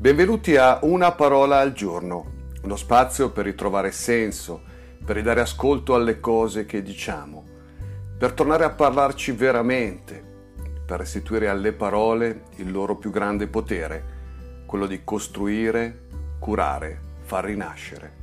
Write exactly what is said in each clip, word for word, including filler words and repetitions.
Benvenuti a Una parola al giorno, uno spazio per ritrovare senso, per ridare ascolto alle cose che diciamo, per tornare a parlarci veramente, per restituire alle parole il loro più grande potere, quello di costruire, curare, far rinascere.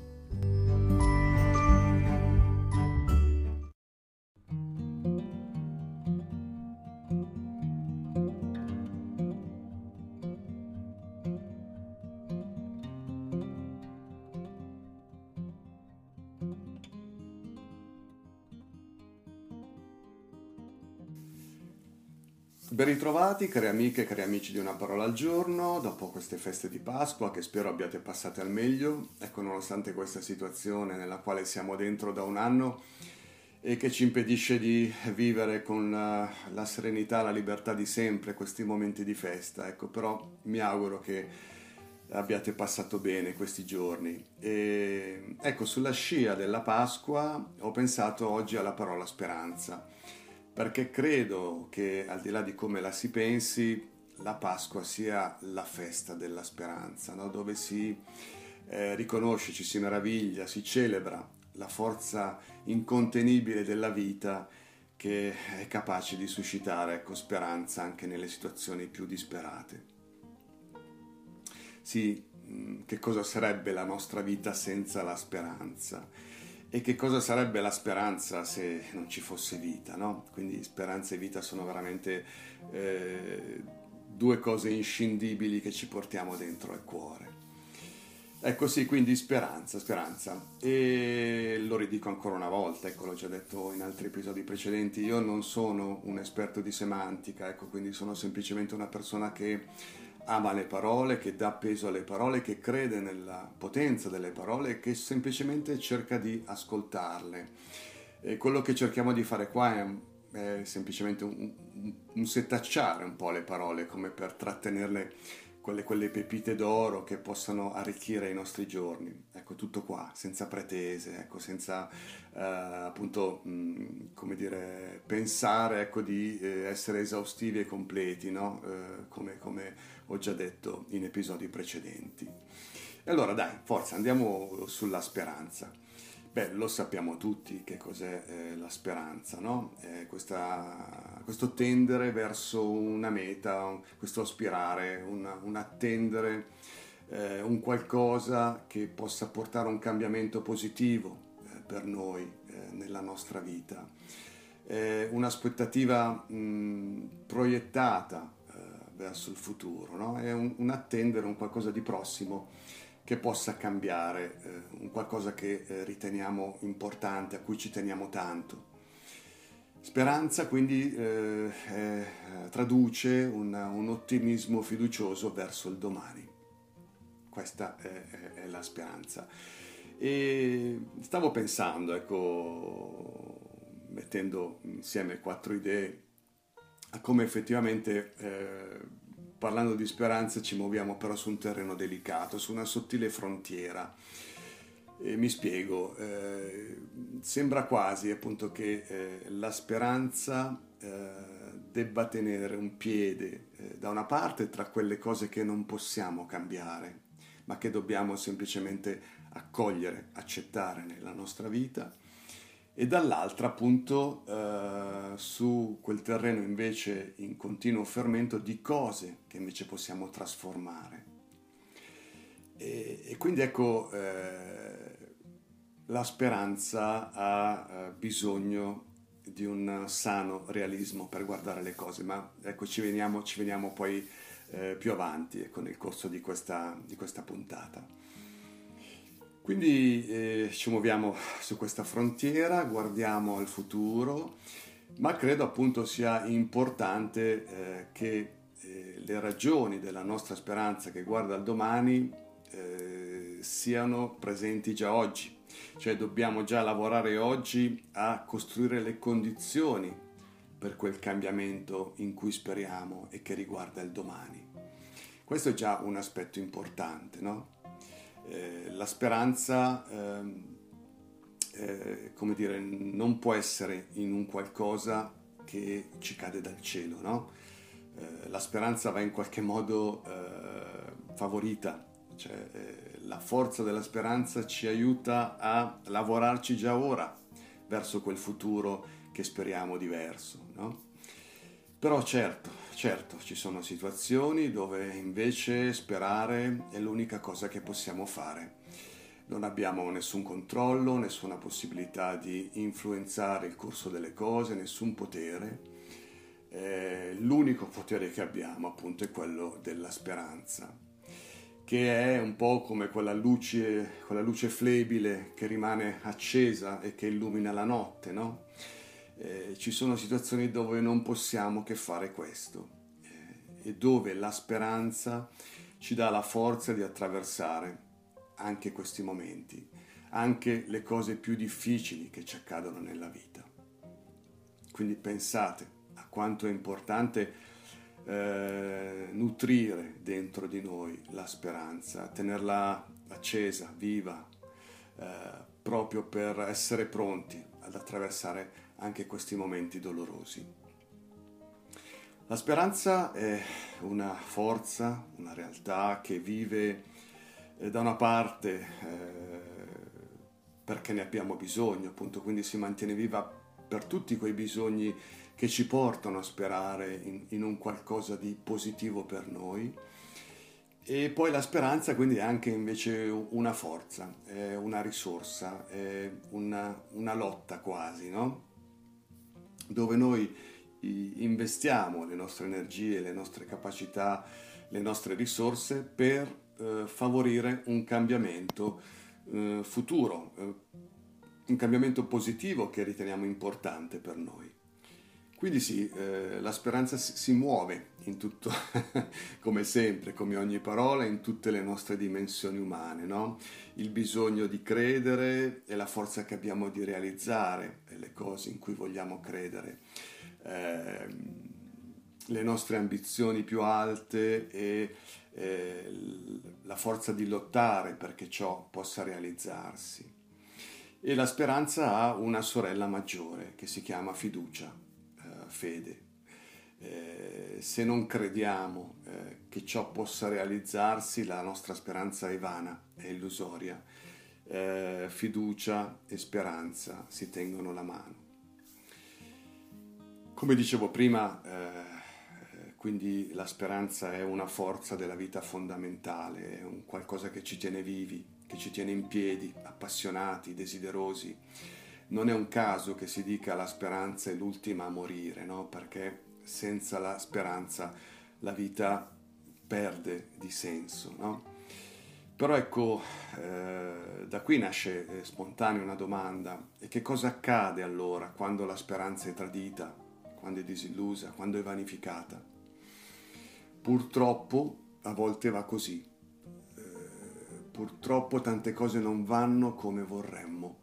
Ben ritrovati cari amiche e cari amici di Una parola al giorno, dopo queste feste di Pasqua che spero abbiate passate al meglio. Ecco, nonostante questa situazione nella quale siamo dentro da un anno e che ci impedisce di vivere con la, la serenità, la libertà di sempre questi momenti di festa, ecco, però mi auguro che abbiate passato bene questi giorni. E, ecco, sulla scia della Pasqua ho pensato oggi alla parola speranza, perché credo che al di là di come la si pensi, la Pasqua sia la festa della speranza, no? Dove si eh, riconosce, ci si meraviglia, si celebra la forza incontenibile della vita che è capace di suscitare, ecco, speranza anche nelle situazioni più disperate. Sì, che cosa sarebbe la nostra vita senza la speranza? E che cosa sarebbe la speranza se non ci fosse vita, no? Quindi speranza e vita sono veramente eh, due cose inscindibili che ci portiamo dentro al cuore. Ecco sì, quindi speranza, speranza. E lo ridico ancora una volta, ecco, l'ho già detto in altri episodi precedenti, io non sono un esperto di semantica, ecco, quindi sono semplicemente una persona che ama le parole, che dà peso alle parole, che crede nella potenza delle parole e che semplicemente cerca di ascoltarle. E quello che cerchiamo di fare qua è, è semplicemente un, un, un setacciare un po' le parole, come per trattenerle, quelle, quelle pepite d'oro che possano arricchire i nostri giorni. Ecco, tutto qua, senza pretese, ecco, senza eh, appunto, mh, come dire, pensare, ecco, di eh, essere esaustivi e completi, no? Eh, come, come ho già detto in episodi precedenti. E allora dai, forza, andiamo sulla speranza. Beh, lo sappiamo tutti che cos'è eh, la speranza, no? Eh, questa, questo tendere verso una meta, un, questo aspirare, una, un attendere eh, un qualcosa che possa portare un cambiamento positivo eh, per noi eh, nella nostra vita. Eh, un'aspettativa mh, proiettata verso il futuro, no? È un, un attendere un qualcosa di prossimo che possa cambiare, eh, un qualcosa che eh, riteniamo importante, a cui ci teniamo tanto. Speranza quindi eh, eh, traduce un, un ottimismo fiducioso verso il domani. Questa è, è, è la speranza. E stavo pensando, ecco, mettendo insieme quattro idee, a come effettivamente, eh, parlando di speranza, ci muoviamo però su un terreno delicato, su una sottile frontiera. E mi spiego, eh, sembra quasi appunto che eh, la speranza eh, debba tenere un piede eh, da una parte tra quelle cose che non possiamo cambiare, ma che dobbiamo semplicemente accogliere, accettare nella nostra vita, e dall'altra appunto eh, su quel terreno invece in continuo fermento di cose che invece possiamo trasformare. E, e quindi ecco, eh, la speranza ha eh, bisogno di un sano realismo per guardare le cose, ma ecco ci veniamo, ci veniamo poi eh, più avanti, ecco, nel corso di questa, di questa puntata. Quindi eh, ci muoviamo su questa frontiera, guardiamo al futuro, ma credo appunto sia importante eh, che eh, le ragioni della nostra speranza che guarda al domani eh, siano presenti già oggi. Cioè dobbiamo già lavorare oggi a costruire le condizioni per quel cambiamento in cui speriamo e che riguarda il domani. Questo è già un aspetto importante, no? Eh, la speranza, eh, eh, come dire, non può essere in un qualcosa che ci cade dal cielo, no? Eh, la speranza va in qualche modo eh, favorita, cioè eh, la forza della speranza ci aiuta a lavorarci già ora verso quel futuro che speriamo diverso, no? Però certo, certo, ci sono situazioni dove invece sperare è l'unica cosa che possiamo fare. Non abbiamo nessun controllo, nessuna possibilità di influenzare il corso delle cose, nessun potere. Eh, l'unico potere che abbiamo appunto è quello della speranza, che è un po' come quella luce, quella luce flebile che rimane accesa e che illumina la notte, no? Eh, ci sono situazioni dove non possiamo che fare questo eh, e dove la speranza ci dà la forza di attraversare anche questi momenti, anche le cose più difficili che ci accadono nella vita. Quindi pensate a quanto è importante eh, nutrire dentro di noi la speranza, tenerla accesa, viva, eh, proprio per essere pronti ad attraversare anche questi momenti dolorosi. La speranza è una forza, una realtà che vive eh, da una parte eh, perché ne abbiamo bisogno, appunto, quindi si mantiene viva per tutti quei bisogni che ci portano a sperare in, in un qualcosa di positivo per noi. E poi la speranza quindi è anche invece una forza, è una risorsa, è una, una lotta quasi, no? Dove noi investiamo le nostre energie, le nostre capacità, le nostre risorse per eh, favorire un cambiamento eh, futuro, eh, un cambiamento positivo che riteniamo importante per noi. Quindi sì, eh, la speranza si, si muove in tutto, come sempre, come ogni parola, in tutte le nostre dimensioni umane, no? Il bisogno di credere e la forza che abbiamo di realizzare le cose in cui vogliamo credere, eh, le nostre ambizioni più alte e eh, la forza di lottare perché ciò possa realizzarsi. E la speranza ha una sorella maggiore che si chiama fiducia. Fede. Eh, se non crediamo eh, che ciò possa realizzarsi, la nostra speranza è vana, è illusoria. Eh, fiducia e speranza si tengono la mano. Come dicevo prima, eh, quindi la speranza è una forza della vita fondamentale, è un qualcosa che ci tiene vivi, che ci tiene in piedi, appassionati, desiderosi. Non è un caso che si dica la speranza è l'ultima a morire, no? Perché senza la speranza la vita perde di senso, no? Però ecco, eh, da qui nasce eh, spontanea una domanda: e che cosa accade allora quando la speranza è tradita, quando è disillusa, quando è vanificata? Purtroppo a volte va così, eh, purtroppo tante cose non vanno come vorremmo.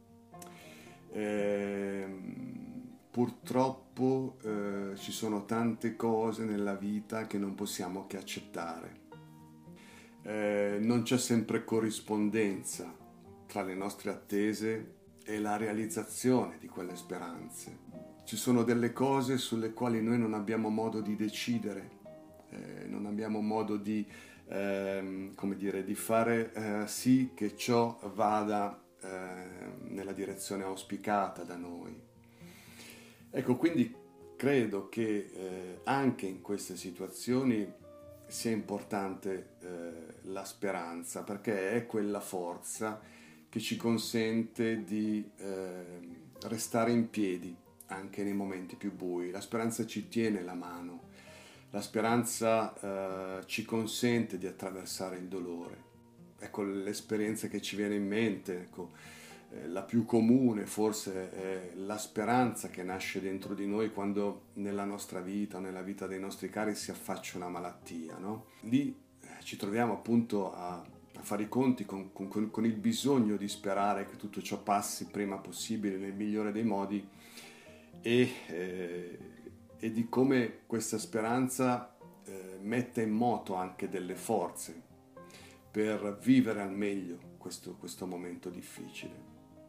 Eh, purtroppo eh, ci sono tante cose nella vita che non possiamo che accettare. Eh, non c'è sempre corrispondenza tra le nostre attese e la realizzazione di quelle speranze. Ci sono delle cose sulle quali noi non abbiamo modo di decidere, eh, non abbiamo modo di, eh, come dire, di fare eh, sì che ciò vada nella direzione auspicata da noi. Ecco, quindi credo che eh, anche in queste situazioni sia importante eh, la speranza, perché è quella forza che ci consente di eh, restare in piedi anche nei momenti più bui. La speranza ci tiene la mano, la speranza eh, ci consente di attraversare il dolore. Ecco, l'esperienza che ci viene in mente, ecco, eh, la più comune forse è la speranza che nasce dentro di noi quando nella nostra vita o nella vita dei nostri cari si affaccia una malattia, no? Lì eh, ci troviamo appunto a, a fare i conti con, con, con il bisogno di sperare che tutto ciò passi prima possibile nel migliore dei modi e, eh, e di come questa speranza eh, mette in moto anche delle forze per vivere al meglio questo, questo momento difficile.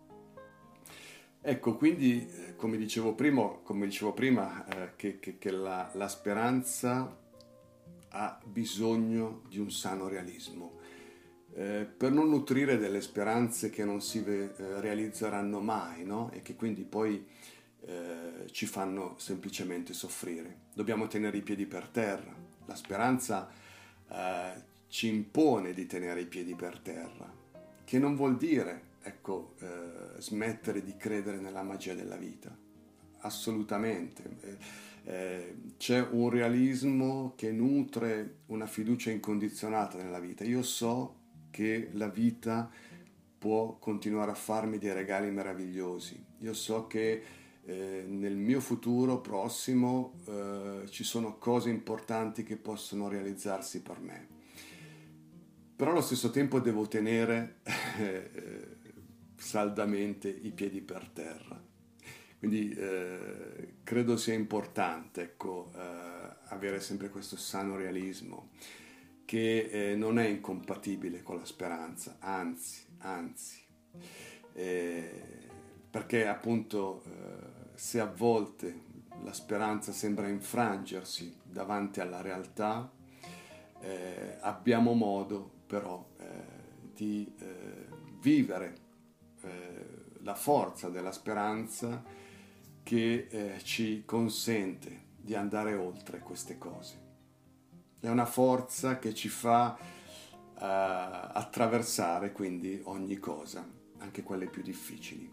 Ecco, quindi, eh, come dicevo prima, come dicevo prima eh, che, che, che la, la speranza ha bisogno di un sano realismo, eh, per non nutrire delle speranze che non si eh, realizzeranno mai, no? E che quindi poi eh, ci fanno semplicemente soffrire. Dobbiamo tenere i piedi per terra. La speranza eh, ci impone di tenere i piedi per terra, che non vuol dire, ecco, eh, smettere di credere nella magia della vita. Assolutamente. Eh, eh, c'è un realismo che nutre una fiducia incondizionata nella vita. Io so che la vita può continuare a farmi dei regali meravigliosi. Io so che eh, nel mio futuro prossimo eh, ci sono cose importanti che possono realizzarsi per me. Però allo stesso tempo devo tenere eh, saldamente i piedi per terra. Quindi eh, credo sia importante, ecco, eh, avere sempre questo sano realismo che eh, non è incompatibile con la speranza, anzi, anzi, eh, perché appunto eh, se a volte la speranza sembra infrangersi davanti alla realtà, eh, abbiamo modo però eh, di eh, vivere eh, la forza della speranza che eh, ci consente di andare oltre queste cose. È una forza che ci fa uh, attraversare quindi ogni cosa, anche quelle più difficili.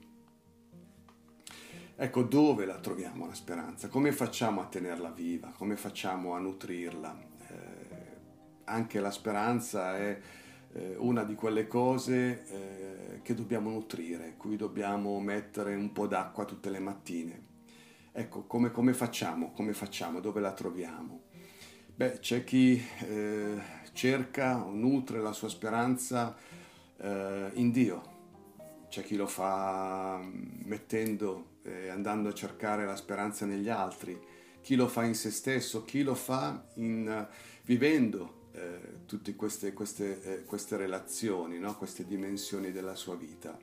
Ecco, dove la troviamo la speranza? Come facciamo a tenerla viva? Come facciamo a nutrirla? Eh, anche la speranza è eh, una di quelle cose eh, che dobbiamo nutrire, cui dobbiamo mettere un po' d'acqua tutte le mattine. Ecco, come, come facciamo? Come facciamo? Dove la troviamo? Beh, c'è chi eh, cerca o nutre la sua speranza eh, in Dio, c'è chi lo fa mettendo e eh, andando a cercare la speranza negli altri, chi lo fa in se stesso, chi lo fa in, uh, vivendo eh, tutte queste, queste, eh, queste relazioni, no? Queste dimensioni della sua vita.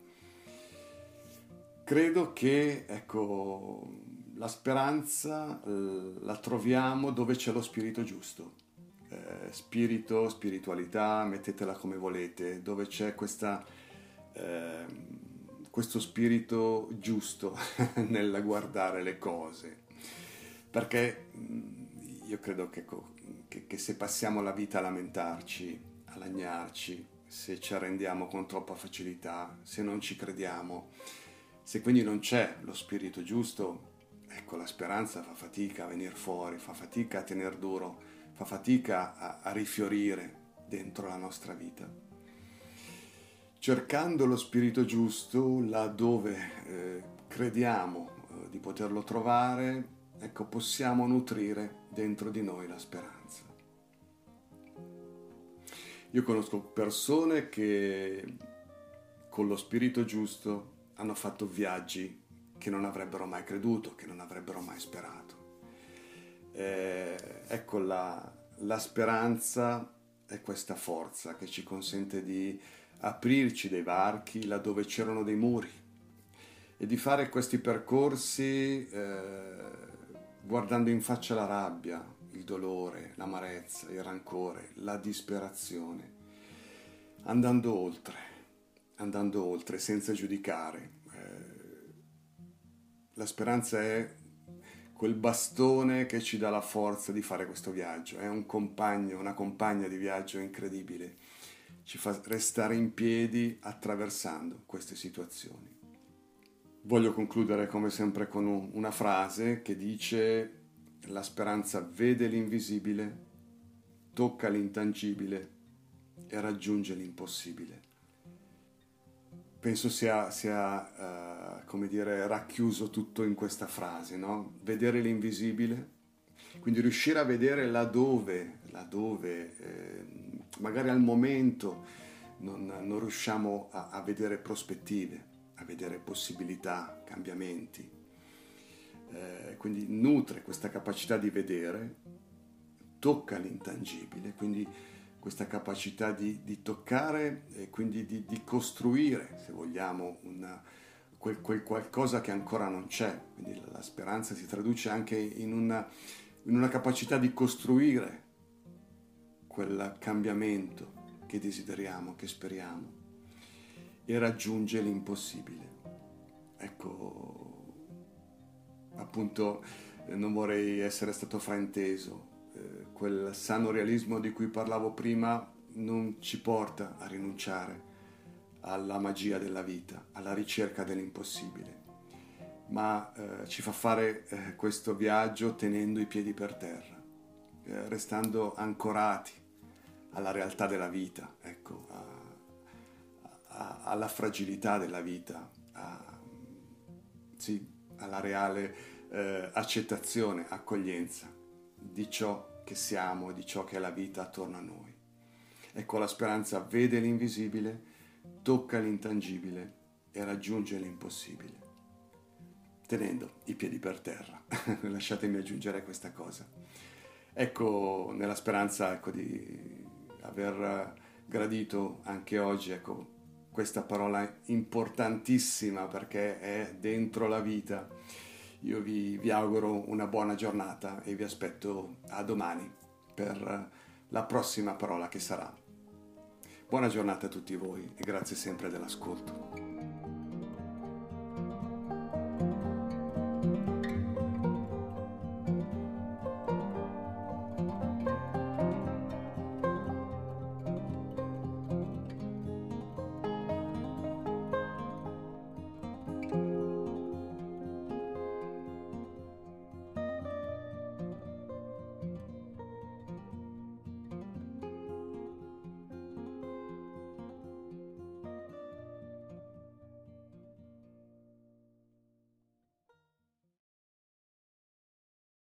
Credo che, ecco, la speranza eh, la troviamo dove c'è lo spirito giusto, eh, spirito, spiritualità, mettetela come volete, dove c'è questa, eh, questo spirito giusto nel guardare le cose, perché io credo che, che, che se passiamo la vita a lamentarci, a lagnarci, se ci arrendiamo con troppa facilità, se non ci crediamo, se quindi non c'è lo spirito giusto, ecco, la speranza fa fatica a venire fuori, fa fatica a tener duro, fa fatica a, a rifiorire dentro la nostra vita. Cercando lo spirito giusto, là dove eh, crediamo eh, di poterlo trovare, ecco, possiamo nutrire dentro di noi la speranza. Io conosco persone che con lo spirito giusto hanno fatto viaggi che non avrebbero mai creduto, che non avrebbero mai sperato. Eh, ecco, la, la speranza è questa forza che ci consente di aprirci dei varchi laddove c'erano dei muri e di fare questi percorsi eh, guardando in faccia la rabbia, il dolore, l'amarezza, il rancore, la disperazione, andando oltre, andando oltre senza giudicare. La speranza è quel bastone che ci dà la forza di fare questo viaggio, è un compagno, una compagna di viaggio incredibile, ci fa restare in piedi attraversando queste situazioni. Voglio concludere come sempre con una frase che dice: la speranza vede l'invisibile, tocca l'intangibile e raggiunge l'impossibile. Penso sia, sia uh, come dire, racchiuso tutto in questa frase, no? Vedere l'invisibile, quindi riuscire a vedere laddove, laddove eh, magari al momento non, non riusciamo a, a vedere prospettive, a vedere possibilità, cambiamenti. Eh, quindi nutre questa capacità di vedere, tocca l'intangibile, quindi questa capacità di, di toccare e quindi di, di costruire, se vogliamo, una, quel, quel qualcosa che ancora non c'è. Quindi la, la speranza si traduce anche in una, in una capacità di costruire quel cambiamento che desideriamo, che speriamo, e raggiunge l'impossibile. Ecco, appunto, non vorrei essere stato frainteso. Eh, quel sano realismo di cui parlavo prima non ci porta a rinunciare alla magia della vita, alla ricerca dell'impossibile, ma eh, ci fa fare eh, questo viaggio tenendo i piedi per terra, eh, restando ancorati alla realtà della vita, ecco, a, a, alla fragilità della vita, a, sì, alla reale eh, accettazione, accoglienza di ciò che siamo e di ciò che è la vita attorno a noi. Ecco, la speranza vede l'invisibile, tocca l'intangibile e raggiunge l'impossibile, tenendo i piedi per terra. Lasciatemi aggiungere questa cosa. Ecco, nella speranza, ecco, di aver gradito anche oggi, ecco, questa parola importantissima perché è dentro la vita. Io vi, vi auguro una buona giornata e vi aspetto a domani per la prossima parola che sarà. Buona giornata a tutti voi e grazie sempre dell'ascolto.